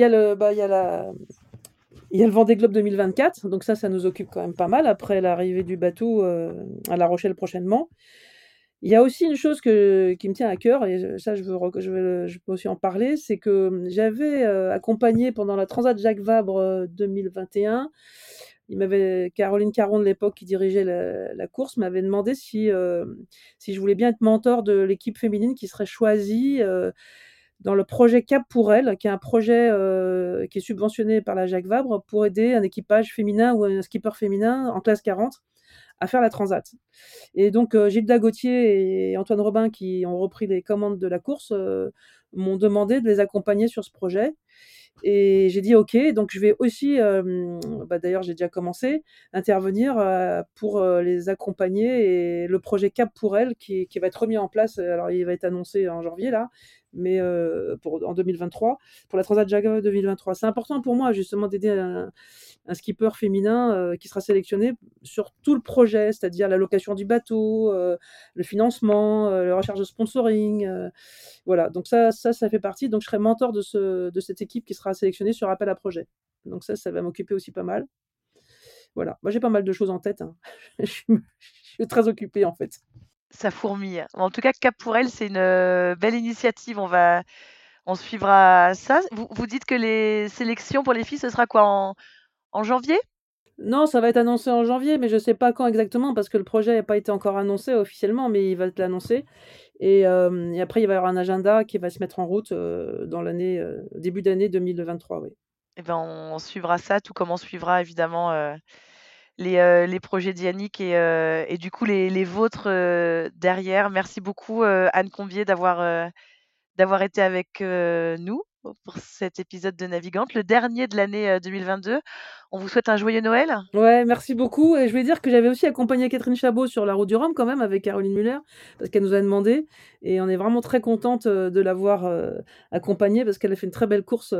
il y a le Vendée Globe 2024, donc ça nous occupe quand même pas mal après l'arrivée du bateau, à La Rochelle prochainement. Il y a aussi une chose qui me tient à cœur et ça je peux aussi en parler, c'est que, j'avais, accompagné pendant la Transat Jacques Vabre, 2021. Caroline Caron de l'époque qui dirigeait la course m'avait demandé si je voulais bien être mentor de l'équipe féminine qui serait choisie, dans le projet Cap pour elle, qui est un projet, qui est subventionné par la Jacques Vabre pour aider un équipage féminin ou un skipper féminin en classe 40 à faire la transat. Et donc, Gilda Gauthier et Antoine Robin, qui ont repris les commandes de la course, m'ont demandé de les accompagner sur ce projet. Et j'ai dit OK, donc je vais aussi, d'ailleurs j'ai déjà commencé, intervenir, pour, les accompagner et le projet Cap pour elles qui va être remis en place, alors il va être annoncé en janvier là, mais en 2023, pour la Transat Jacques Vabre 2023. C'est important pour moi justement d'aider un skipper féminin, qui sera sélectionné sur tout le projet, c'est-à-dire la location du bateau, le financement, la recherche de sponsoring, voilà. Donc ça fait partie. Donc je serai mentor de cette équipe qui sera sélectionnée sur appel à projet. Donc ça va m'occuper aussi pas mal. Voilà. Moi, j'ai pas mal de choses en tête, hein. Je suis très occupée, en fait. Ça fourmille. En tout cas, Cap pour elle, c'est une, belle initiative. On suivra ça. Vous dites que les sélections pour les filles, ce sera quoi? En janvier? Non, ça va être annoncé en janvier, mais je sais pas quand exactement parce que le projet n'a pas été encore annoncé officiellement, mais il va être annoncé et après il va y avoir un agenda qui va se mettre en route, dans début d'année 2023, oui. Eh ben, on suivra ça, tout comme on suivra évidemment, les projets d'Yannick et du coup les vôtres, derrière. Merci beaucoup, Anne Combier d'avoir été avec, nous pour cet épisode de Navigante, le dernier de l'année, 2022. On vous souhaite un joyeux Noël. Ouais, merci beaucoup et je vais dire que j'avais aussi accompagné Catherine Chabot sur la route du Rhum quand même avec Caroline Muller, parce qu'elle nous a demandé et on est vraiment très contente, de l'avoir, accompagnée parce qu'elle a fait une très belle course,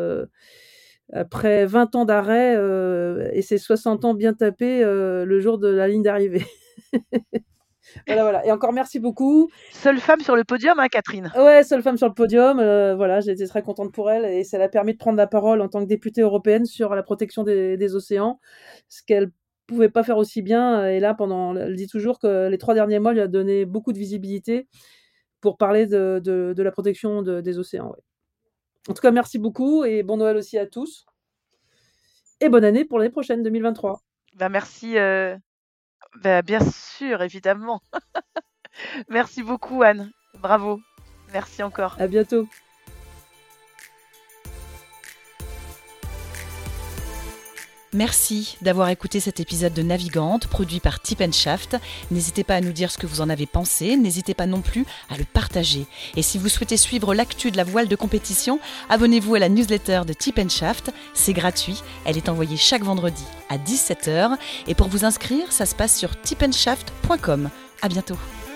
après 20 ans d'arrêt, et ses 60 ans bien tapés, le jour de la ligne d'arrivée. Voilà. Et encore merci beaucoup. Seule femme sur le podium, hein, Catherine? Ouais, seule femme sur le podium. Voilà, j'ai été très contente pour elle et ça l'a permis de prendre la parole en tant que députée européenne sur la protection des océans, ce qu'elle pouvait pas faire aussi bien. Et là, elle dit toujours que les 3 derniers mois lui a donné beaucoup de visibilité pour parler de la protection des océans. Ouais. En tout cas, merci beaucoup et bon Noël aussi à tous. Et bonne année pour l'année prochaine, 2023. Merci, bien sûr, évidemment. Merci beaucoup, Anne. Bravo. Merci encore. À bientôt. Merci d'avoir écouté cet épisode de Navigante produit par Tip & Shaft. N'hésitez pas à nous dire ce que vous en avez pensé, n'hésitez pas non plus à le partager. Et si vous souhaitez suivre l'actu de la voile de compétition, abonnez-vous à la newsletter de Tip & Shaft, c'est gratuit, elle est envoyée chaque vendredi à 17h. Et pour vous inscrire, ça se passe sur tipandshaft.com. À bientôt.